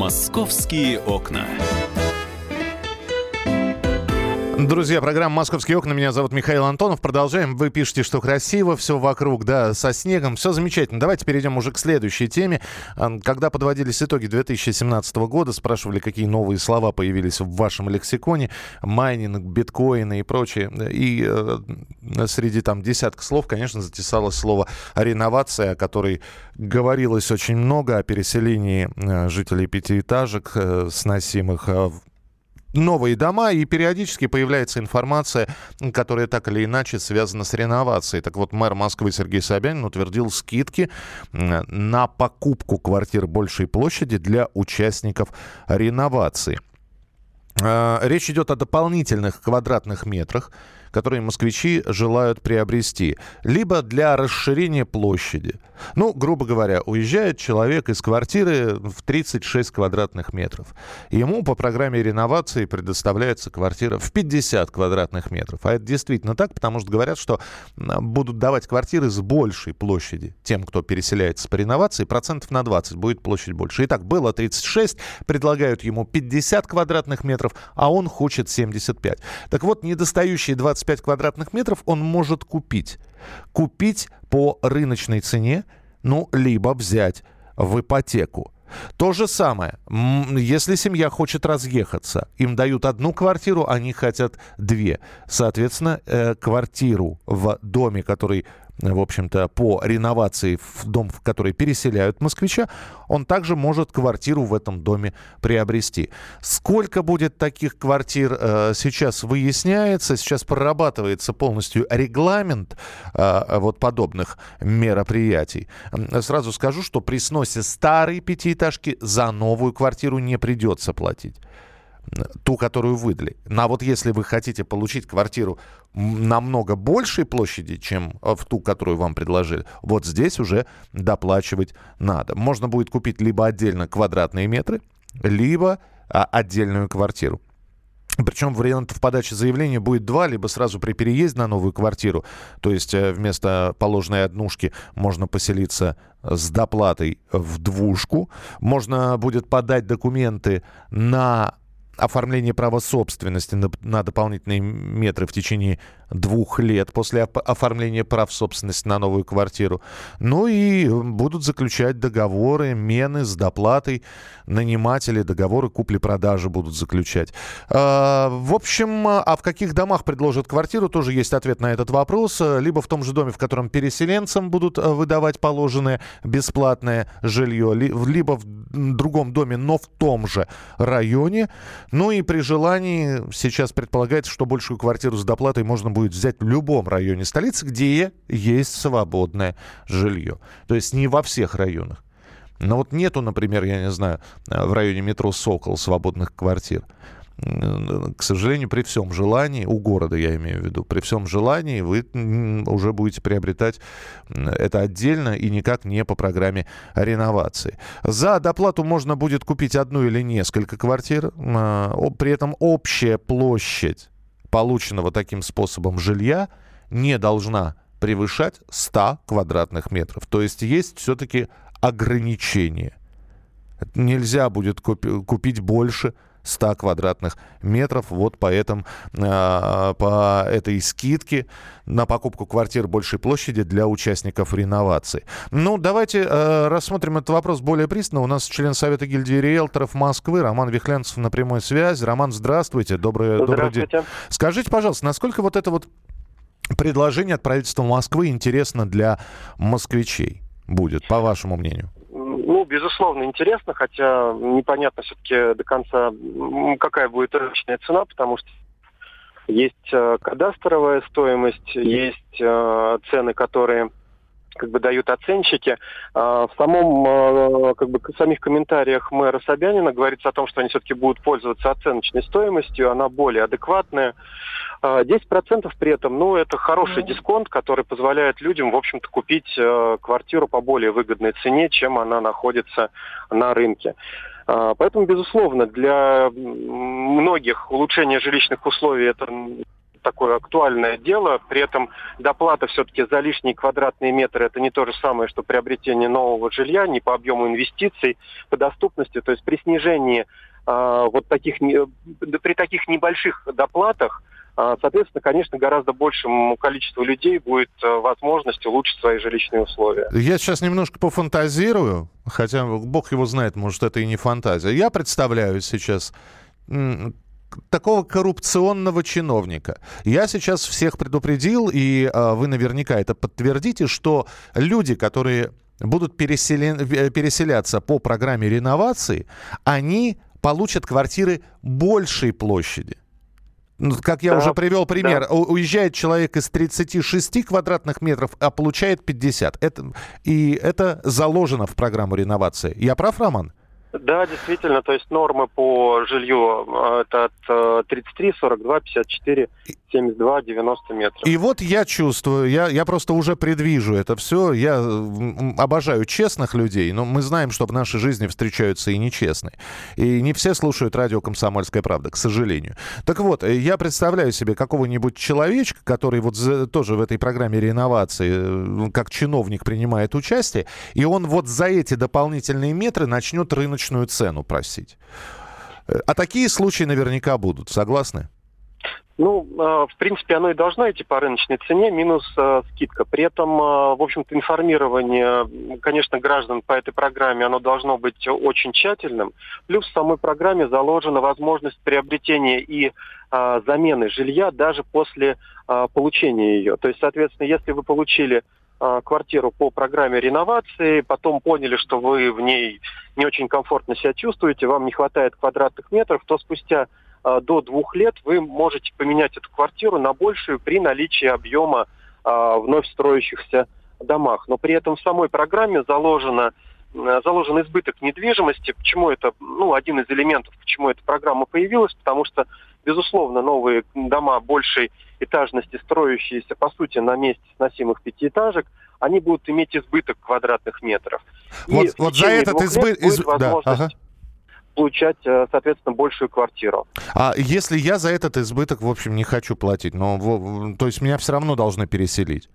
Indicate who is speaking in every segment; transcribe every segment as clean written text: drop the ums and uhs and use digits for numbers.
Speaker 1: «Московские окна».
Speaker 2: Друзья, программа «Московские окна». Меня зовут Михаил Антонов. Продолжаем. Вы пишете, что красиво все вокруг, да, со снегом. Все замечательно. Давайте перейдем уже к следующей теме. Когда подводились итоги 2017 года, спрашивали, какие новые слова появились в вашем лексиконе. Майнинг, биткоины и прочее. И среди там десятка слов, конечно, затесалось слово «реновация», о которой говорилось очень много, о переселении жителей пятиэтажек, сносимых в новые дома, и периодически появляется информация, которая так или иначе связана с реновацией. Так вот, мэр Москвы Сергей Собянин утвердил скидки на покупку квартир большей площади для участников реновации. Речь идет о дополнительных квадратных метрах, которые москвичи желают приобрести, либо для расширения площади. Ну, грубо говоря, уезжает человек из квартиры в 36 квадратных метров. Ему по программе реновации предоставляется квартира в 50 квадратных метров. А это действительно так, потому что говорят, что будут давать квартиры с большей площади тем, кто переселяется по реновации, процентов на 20 будет площадь больше. Итак, было 36, предлагают ему 50 квадратных метров, а он хочет 75. Так вот, недостающие 25 квадратных метров он может купить. Купить по рыночной цене, ну, либо взять в ипотеку. То же самое, если семья хочет разъехаться, им дают одну квартиру, они хотят две. Соответственно, квартиру в доме, который, в общем-то, по реновации в дом, в который переселяют москвича, он также может квартиру в этом доме приобрести. Сколько будет таких квартир, сейчас выясняется. Сейчас прорабатывается полностью регламент вот подобных мероприятий. Сразу скажу, что при сносе старой пятиэтажки за новую квартиру не придется платить. Ту, которую выдали. А вот если вы хотите получить квартиру намного большей площади, чем в ту, которую вам предложили, вот здесь уже доплачивать надо. Можно будет купить либо отдельно квадратные метры, либо отдельную квартиру. Причем вариантов подачи заявления будет два, либо сразу при переезде на новую квартиру, то есть вместо положенной однушки можно поселиться с доплатой в двушку. Можно будет подать документы на оформление права собственности на дополнительные метры в течение 2 лет после оформления прав собственности на новую квартиру. Ну и будут заключать договоры, мены с доплатой, наниматели, договоры купли-продажи будут заключать. В общем, а в каких домах предложат квартиру, тоже есть ответ на этот вопрос. Либо в том же доме, в котором переселенцам будут выдавать положенное бесплатное жилье, либо в другом доме, но в том же районе. Ну и при желании сейчас предполагается, что большую квартиру с доплатой можно будет взять в любом районе столицы, где есть свободное жилье. То есть не во всех районах. Но вот нету, например, я не знаю, в районе метро «Сокол» свободных квартир. К сожалению, при всем желании, у города я имею в виду, при всем желании вы уже будете приобретать это отдельно и никак не по программе реновации. За доплату можно будет купить одну или несколько квартир. При этом общая площадь полученного таким способом жилья не должна превышать 100 квадратных метров. То есть есть все-таки ограничения. Нельзя будет купить больше 100 квадратных метров. Вот по этой скидке на покупку квартир большей площади для участников реновации. Ну, давайте рассмотрим этот вопрос более пристально. У нас член Совета гильдии риэлторов Москвы Роман Вихлянцев на прямой связи. Роман, здравствуйте. Добрый день. Скажите, пожалуйста, насколько вот это вот предложение от правительства Москвы интересно для москвичей будет, по вашему мнению?
Speaker 3: Ну, безусловно, интересно, хотя непонятно все-таки до конца, какая будет рыночная цена, потому что есть кадастровая стоимость, есть цены, которые как бы дают оценщики. В самих комментариях мэра Собянина говорится о том, что они все-таки будут пользоваться оценочной стоимостью, она более адекватная. 10% при этом, это хороший дисконт, который позволяет людям, в общем-то, купить квартиру по более выгодной цене, чем она находится на рынке. Поэтому, безусловно, для многих улучшение жилищных условий – это такое актуальное дело. При этом доплата все-таки за лишние квадратные метры — это не то же самое, что приобретение нового жилья, не по объему инвестиций, по доступности. То есть при снижении при таких небольших доплатах, соответственно, конечно, гораздо большему количеству людей будет возможность улучшить свои жилищные условия.
Speaker 2: Я сейчас немножко пофантазирую, хотя бог его знает, может, это и не фантазия. Я представляю сейчас такого коррупционного чиновника. Я сейчас всех предупредил, и вы наверняка это подтвердите, что люди, которые будут переселяться по программе реновации, они получат квартиры большей площади. Как я уже привел пример, уезжает человек из 36 квадратных метров, а получает 50. Это заложено в программу реновации. Я прав, Роман?
Speaker 3: Да, действительно, то есть нормы по жилью это от 33, 42, 54, 72, 90 метров.
Speaker 2: И вот я чувствую, я просто уже предвижу это все. Я обожаю честных людей, но мы знаем, что в нашей жизни встречаются и нечестные. И не все слушают радио «Комсомольская правда», к сожалению. Так вот, я представляю себе какого-нибудь человечка, который вот тоже в этой программе реновации как чиновник принимает участие, и он вот за эти дополнительные метры начнет рыночную цену просить. А такие случаи наверняка будут. Согласны?
Speaker 3: Ну, в принципе, оно и должно идти по рыночной цене, минус скидка. При этом, в общем-то, информирование, конечно, граждан по этой программе, оно должно быть очень тщательным. Плюс в самой программе заложена возможность приобретения и замены жилья даже после получения ее. То есть, соответственно, если вы получили квартиру по программе реновации, потом поняли, что вы в ней не очень комфортно себя чувствуете, вам не хватает квадратных метров, то спустя до 2 лет вы можете поменять эту квартиру на большую при наличии объема вновь строящихся домах. Но при этом в самой программе заложен избыток недвижимости. Почему это, один из элементов, почему эта программа появилась, потому что, безусловно, новые дома большей этажности, строящиеся, по сути, на месте сносимых пятиэтажек, они будут иметь избыток квадратных метров.
Speaker 2: Вот за этот
Speaker 3: избыток получать, соответственно, большую квартиру.
Speaker 2: А если я за этот избыток, в общем, не хочу платить, то есть меня все равно должны переселить?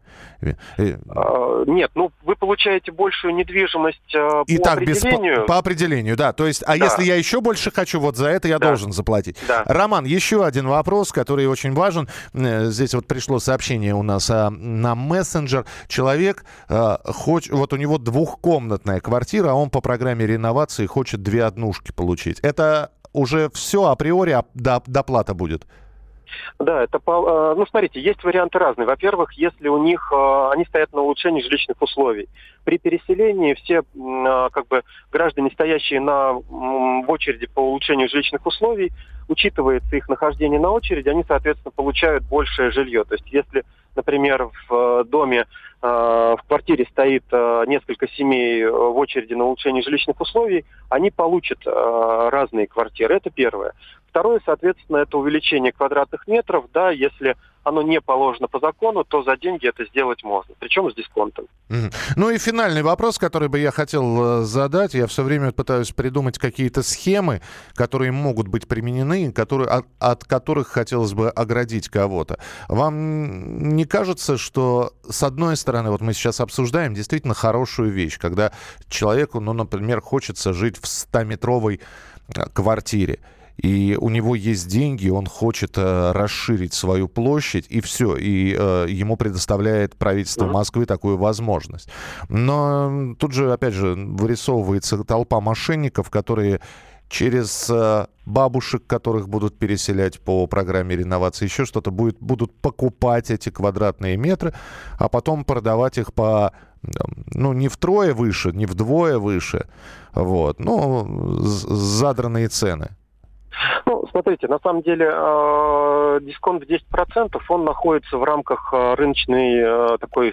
Speaker 3: Нет, вы получаете большую недвижимость по определению.
Speaker 2: По определению, да. То есть, если я еще больше хочу, вот за это я должен заплатить.
Speaker 3: Да.
Speaker 2: Роман, еще один вопрос, который очень важен. Здесь вот пришло сообщение у нас на мессенджер. Человек вот у него 2-комнатная квартира, а он по программе реновации хочет 2 однушки получить. Это уже все априори доплата будет?
Speaker 3: Да, смотрите, есть варианты разные. Во-первых, если у них они стоят на улучшении жилищных условий. При переселении все граждане, стоящие в очереди по улучшению жилищных условий, учитывается их нахождение на очереди, они, соответственно, получают большее жилье. То есть, если, например, в доме, в квартире стоит несколько семей в очереди на улучшение жилищных условий, они получат разные квартиры. Это первое. Второе, соответственно, это увеличение квадратных метров. Да, если оно не положено по закону, то за деньги это сделать можно. Причем с дисконтом.
Speaker 2: Ну и финальный вопрос, который бы я хотел задать. Я все время пытаюсь придумать какие-то схемы, которые могут быть применены, от которых хотелось бы оградить кого-то. Вам не кажется, что, с одной стороны, вот мы сейчас обсуждаем действительно хорошую вещь, когда человеку, например, хочется жить в 100-метровой квартире, и у него есть деньги, он хочет расширить свою площадь, и все, и ему предоставляет правительство Москвы такую возможность. Но тут же, опять же, вырисовывается толпа мошенников, которые через бабушек, которых будут переселять по программе реновации, еще что-то, будут покупать эти квадратные метры, а потом продавать их по, не втрое выше, не вдвое выше, задранные цены.
Speaker 3: Смотрите, на самом деле дисконт в 10%, он находится в рамках рыночной такой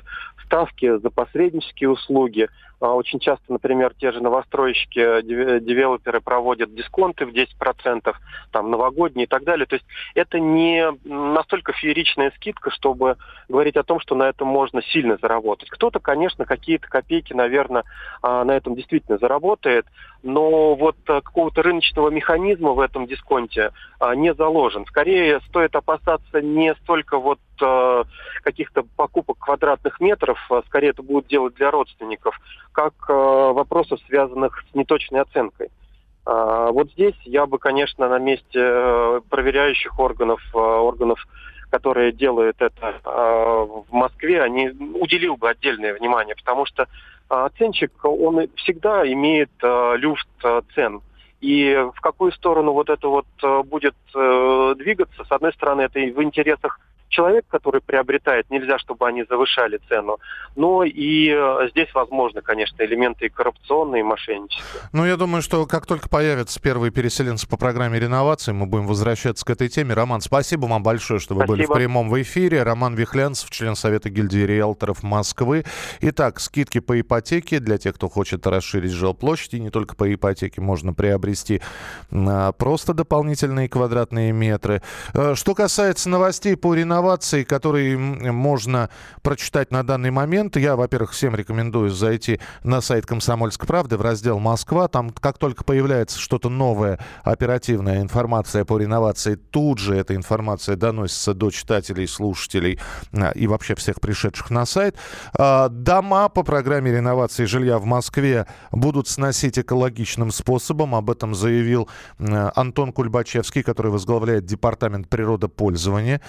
Speaker 3: ставки за посреднические услуги. Очень часто, например, те же новостройщики, девелоперы проводят дисконты в 10%, там, новогодние и так далее. То есть это не настолько фееричная скидка, чтобы говорить о том, что на этом можно сильно заработать. Кто-то, конечно, какие-то копейки, наверное, на этом действительно заработает, но вот какого-то рыночного механизма в этом дисконте не заложен. Скорее стоит опасаться не столько вот каких-то покупок квадратных метров, скорее это будут делать для родственников, как вопросов, связанных с неточной оценкой. Вот здесь я бы, конечно, на месте проверяющих органов, которые делают это в Москве, уделил бы отдельное внимание, потому что оценщик, он всегда имеет люфт цен. И в какую сторону вот это вот будет двигаться, с одной стороны, это и в интересах человек, который приобретает, нельзя, чтобы они завышали цену. Но и здесь возможны, конечно, элементы и коррупционные, и мошеннические.
Speaker 2: Ну, я думаю, что как только появятся первые переселенцы по программе реновации, мы будем возвращаться к этой теме. Роман, спасибо вам большое, что вы были в прямом эфире. Роман Вихлянцев, член Совета гильдии риэлторов Москвы. Итак, скидки по ипотеке для тех, кто хочет расширить жилплощадь. И не только по ипотеке можно приобрести просто дополнительные квадратные метры. Что касается новостей по реновации, которые можно прочитать на данный момент. Я, во-первых, всем рекомендую зайти на сайт «Комсомольской правды» в раздел «Москва». Там, как только появляется что-то новое, оперативная информация по реновации, тут же эта информация доносится до читателей, слушателей и вообще всех пришедших на сайт. Дома по программе реновации жилья в Москве будут сносить экологичным способом. Об этом заявил Антон Кульбачевский, который возглавляет департамент природопользования.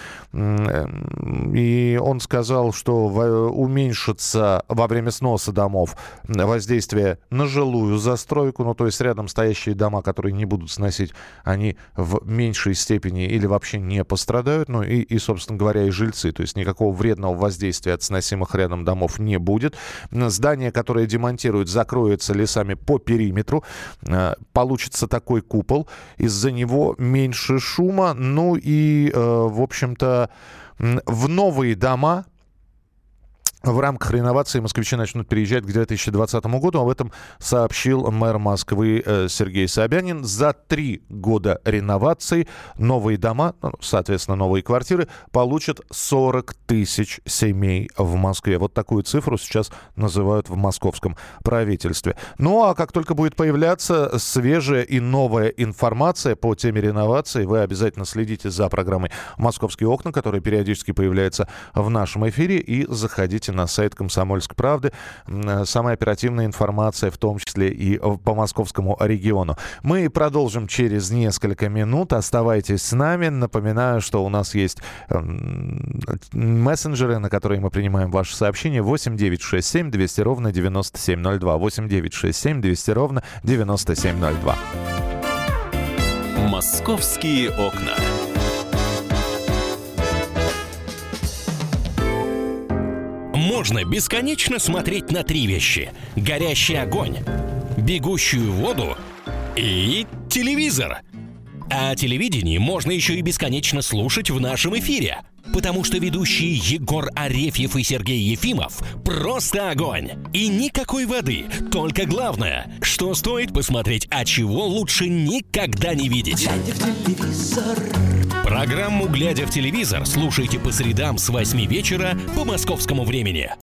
Speaker 2: И он сказал, что уменьшится во время сноса домов воздействие на жилую застройку, ну то есть рядом стоящие дома, которые не будут сносить, они в меньшей степени или вообще не пострадают, ну и собственно говоря, и жильцы, то есть никакого вредного воздействия от сносимых рядом домов не будет. Здание, которое демонтируют, закроется лесами по периметру, получится такой купол, из-за него меньше шума, ну и, в общем-то, в новые дома в рамках реновации москвичи начнут переезжать к 2020 году. Об этом сообщил мэр Москвы Сергей Собянин. За 3 года реновации новые дома, соответственно, новые квартиры, получат 40 тысяч семей в Москве. Вот такую цифру сейчас называют в московском правительстве. Ну, а как только будет появляться свежая и новая информация по теме реновации, вы обязательно следите за программой «Московские окна», которая периодически появляется в нашем эфире, и заходите на сайт «Комсомольской правды». Самая оперативная информация, в том числе и по московскому региону. Мы продолжим через несколько минут. Оставайтесь с нами. Напоминаю, что у нас есть мессенджеры, на которые мы принимаем ваши сообщения. 8 967 200 ровно 9702. 8 967 200 ровно 9702.
Speaker 1: «Московские окна». Можно бесконечно смотреть на 3 вещи: горящий огонь, бегущую воду и телевизор. А телевидение можно еще и бесконечно слушать в нашем эфире, потому что ведущие Егор Арефьев и Сергей Ефимов просто огонь. И никакой воды, только главное, что стоит посмотреть, а чего лучше никогда не видеть. Глядя в телевизор. Программу «Глядя в телевизор» слушайте по средам с 8 вечера по московскому времени.